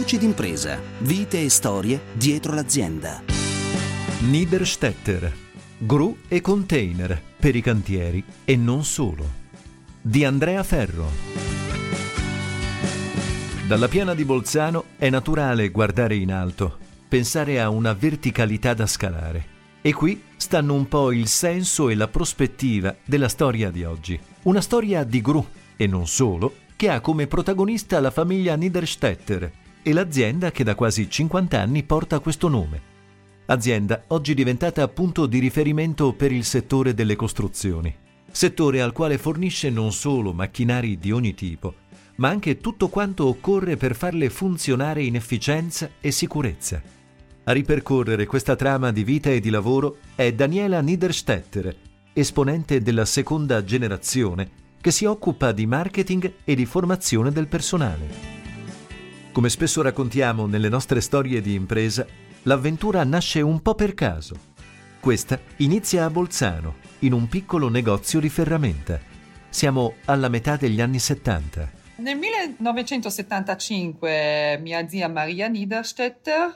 Voci d'impresa, vite e storie dietro l'azienda. Niederstetter, gru e container per i cantieri e non solo. Di Andrea Ferro. Dalla piana di Bolzano è naturale guardare in alto, pensare a una verticalità da scalare. E qui stanno un po' il senso e la prospettiva della storia di oggi. Una storia di gru e non solo, che ha come protagonista la famiglia Niederstetter e l'azienda che da quasi 50 anni porta questo nome. Azienda oggi diventata punto di riferimento per il settore delle costruzioni. Settore al quale fornisce non solo macchinari di ogni tipo, ma anche tutto quanto occorre per farle funzionare in efficienza e sicurezza. A ripercorrere questa trama di vita e di lavoro è Daniela Niederstetter, esponente della seconda generazione, che si occupa di marketing e di formazione del personale. Come spesso raccontiamo nelle nostre storie di impresa, l'avventura nasce un po' per caso. Questa inizia a Bolzano, in un piccolo negozio di ferramenta. Siamo alla metà degli anni 70. Nel 1975 mia zia Maria Niederstetter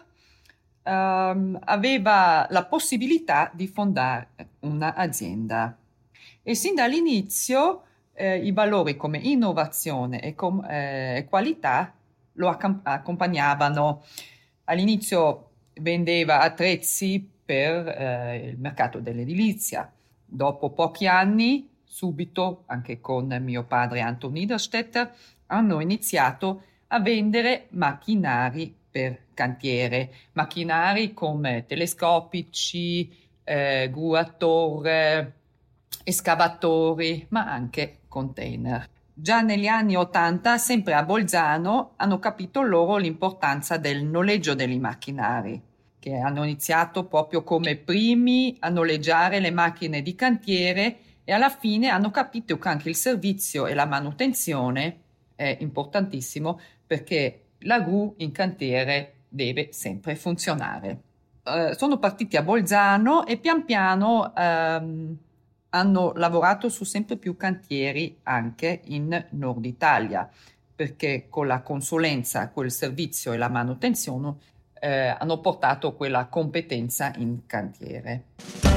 aveva la possibilità di fondare un'azienda e sin dall'inizio i valori come innovazione e qualità lo accompagnavano. All'inizio vendeva attrezzi per il mercato dell'edilizia. Dopo pochi anni, subito, anche con mio padre Anton Niederstetter, hanno iniziato a vendere macchinari per cantiere, macchinari come telescopici, gru a torre, escavatori, ma anche container. Già negli anni 80, sempre a Bolzano, hanno capito loro l'importanza del noleggio dei macchinari, che hanno iniziato proprio come primi a noleggiare le macchine di cantiere e alla fine hanno capito che anche il servizio e la manutenzione è importantissimo perché la gru in cantiere deve sempre funzionare. Sono partiti a Bolzano e pian piano hanno lavorato su sempre più cantieri anche in Nord Italia, perché con la consulenza, quel servizio e la manutenzione hanno portato quella competenza in cantiere.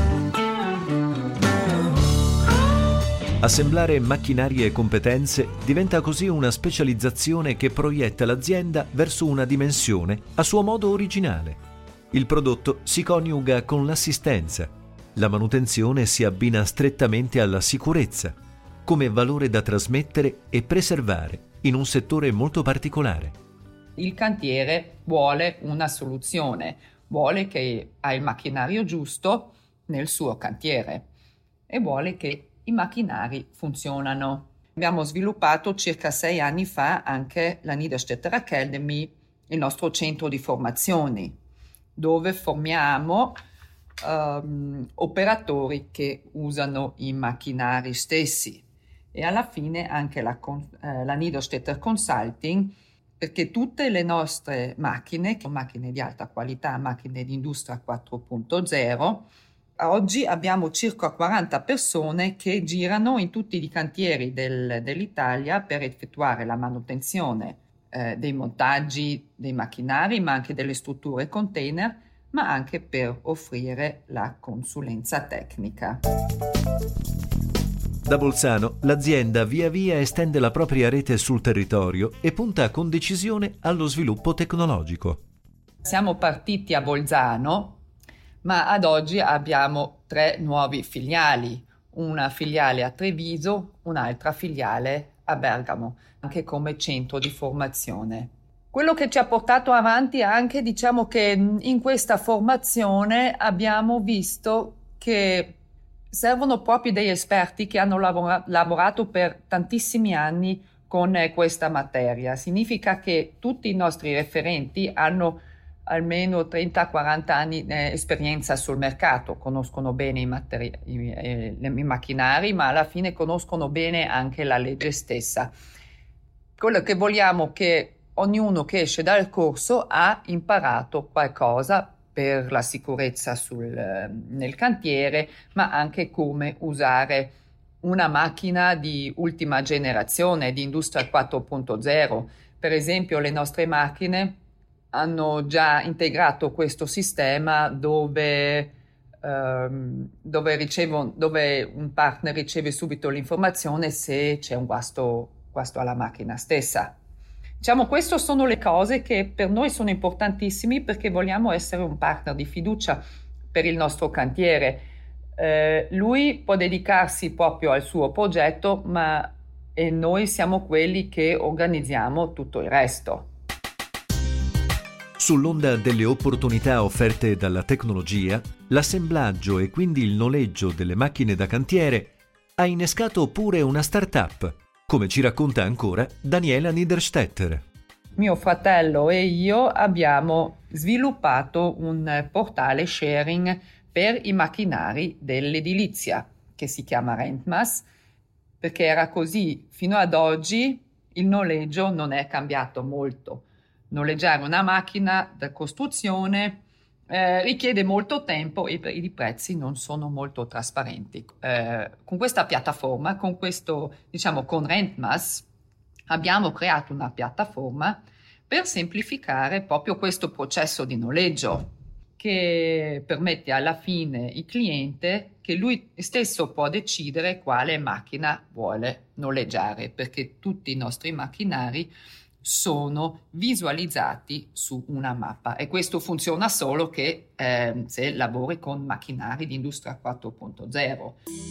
Assemblare macchinari e competenze diventa così una specializzazione che proietta l'azienda verso una dimensione a suo modo originale. Il prodotto si coniuga con l'assistenza. La manutenzione si abbina strettamente alla sicurezza, come valore da trasmettere e preservare in un settore molto particolare. Il cantiere vuole una soluzione, vuole che ha il macchinario giusto nel suo cantiere e vuole che i macchinari funzionano. Abbiamo sviluppato circa 6 anni fa anche la Niederstetter Academy, il nostro centro di formazioni, dove formiamo operatori che usano i macchinari stessi e alla fine anche la Niederstetter Consulting, perché tutte le nostre macchine di alta qualità, macchine di industria 4.0, oggi abbiamo circa 40 persone che girano in tutti i cantieri dell'Italia per effettuare la manutenzione dei montaggi dei macchinari, ma anche delle strutture container, ma anche per offrire la consulenza tecnica. Da Bolzano l'azienda via via estende la propria rete sul territorio e punta con decisione allo sviluppo tecnologico. Siamo partiti a Bolzano, ma ad oggi abbiamo 3 nuovi filiali, una filiale a Treviso, un'altra filiale a Bergamo, anche come centro di formazione. Quello che ci ha portato avanti anche, diciamo che in questa formazione abbiamo visto che servono proprio degli esperti che hanno lavorato per tantissimi anni con questa materia. Significa che tutti i nostri referenti hanno almeno 30-40 anni di esperienza sul mercato, conoscono bene i macchinari, ma alla fine conoscono bene anche la legge stessa. Quello che vogliamo è che ognuno che esce dal corso ha imparato qualcosa per la sicurezza nel cantiere, ma anche come usare una macchina di ultima generazione, di Industria 4.0. Per esempio, le nostre macchine hanno già integrato questo sistema dove un partner riceve subito l'informazione se c'è un guasto alla macchina stessa. Diciamo, queste sono le cose che per noi sono importantissime perché vogliamo essere un partner di fiducia per il nostro cantiere. Lui può dedicarsi proprio al suo progetto, e noi siamo quelli che organizziamo tutto il resto. Sull'onda delle opportunità offerte dalla tecnologia, l'assemblaggio e quindi il noleggio delle macchine da cantiere ha innescato pure una start-up, come ci racconta ancora Daniela Niederstetter. Mio fratello e io abbiamo sviluppato un portale sharing per i macchinari dell'edilizia, che si chiama Rentmas, perché era così fino ad oggi. Il noleggio non è cambiato molto. Noleggiare una macchina da costruzione richiede molto tempo e i prezzi non sono molto trasparenti. Con questa piattaforma, con Rentmas, abbiamo creato una piattaforma per semplificare proprio questo processo di noleggio, che permette alla fine il cliente che lui stesso può decidere quale macchina vuole noleggiare, perché tutti i nostri macchinari sono visualizzati su una mappa, e questo funziona solo che se lavori con macchinari di Industria 4.0.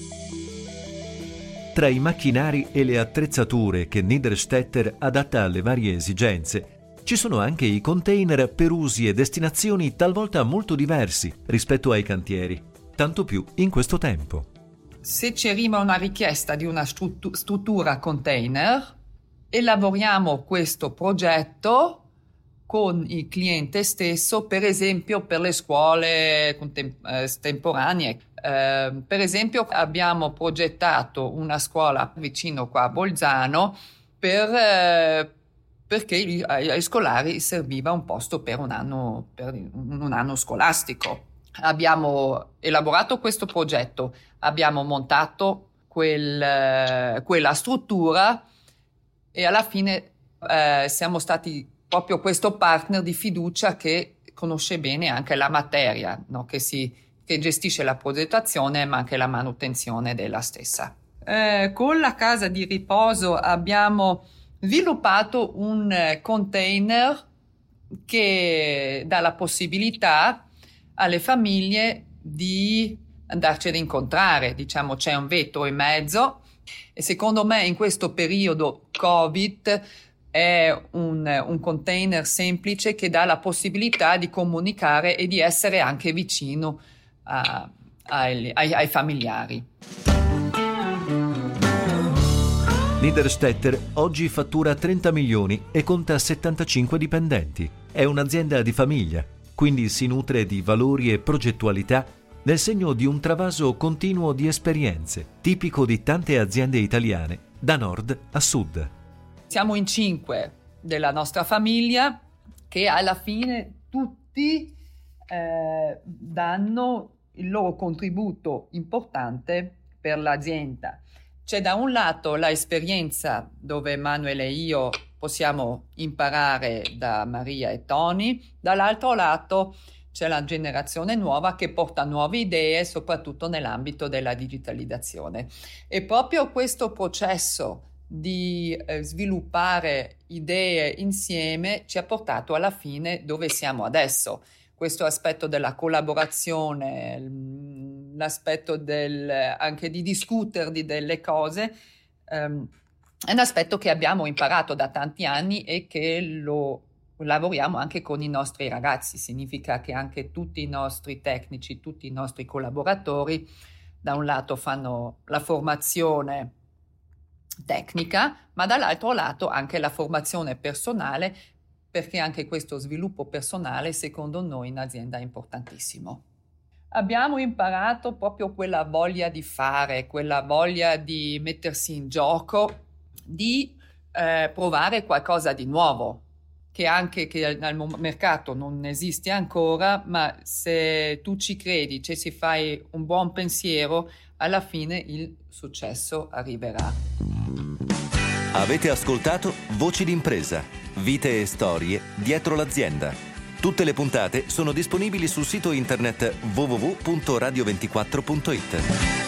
Tra i macchinari e le attrezzature che Niederstetter adatta alle varie esigenze, ci sono anche i container per usi e destinazioni talvolta molto diversi rispetto ai cantieri, tanto più in questo tempo. Se ci arriva una richiesta di una struttura container, elaboriamo questo progetto con il cliente stesso, per esempio per le scuole contemporanee. Per esempio abbiamo progettato una scuola vicino qua a Bolzano perché ai scolari serviva un posto per un anno scolastico. Abbiamo elaborato questo progetto, abbiamo montato quella struttura e alla fine siamo stati proprio questo partner di fiducia che conosce bene anche la materia, no? che gestisce la progettazione ma anche la manutenzione della stessa. Con la casa di riposo abbiamo sviluppato un container che dà la possibilità alle famiglie di andarci ad incontrare. Diciamo, c'è un vetro in mezzo e secondo me in questo periodo Covid è un container semplice che dà la possibilità di comunicare e di essere anche vicino ai familiari. Niederstetter oggi fattura 30 milioni e conta 75 dipendenti. È un'azienda di famiglia, quindi si nutre di valori e progettualità nel segno di un travaso continuo di esperienze, tipico di tante aziende italiane, da nord a sud. Siamo in 5 della nostra famiglia che alla fine tutti danno il loro contributo importante per l'azienda. C'è da un lato l'esperienza dove Emanuele e io possiamo imparare da Maria e Tony, dall'altro lato c'è la generazione nuova che porta nuove idee, soprattutto nell'ambito della digitalizzazione. E proprio questo processo di sviluppare idee insieme ci ha portato alla fine dove siamo adesso. Questo aspetto della collaborazione, l'aspetto anche di discutere delle cose, è un aspetto che abbiamo imparato da tanti anni e che lo lavoriamo anche con i nostri ragazzi. Significa che anche tutti i nostri tecnici, tutti i nostri collaboratori, da un lato fanno la formazione tecnica, ma dall'altro lato anche la formazione personale, perché anche questo sviluppo personale secondo noi in azienda è importantissimo. Abbiamo imparato proprio quella voglia di fare, quella voglia di mettersi in gioco, di provare qualcosa di nuovo, che nel mercato non esiste ancora, ma se tu ci credi, cioè se fai un buon pensiero, alla fine il successo arriverà. Avete ascoltato Voci d'impresa, vite e storie dietro l'azienda. Tutte le puntate sono disponibili sul sito internet www.radio24.it.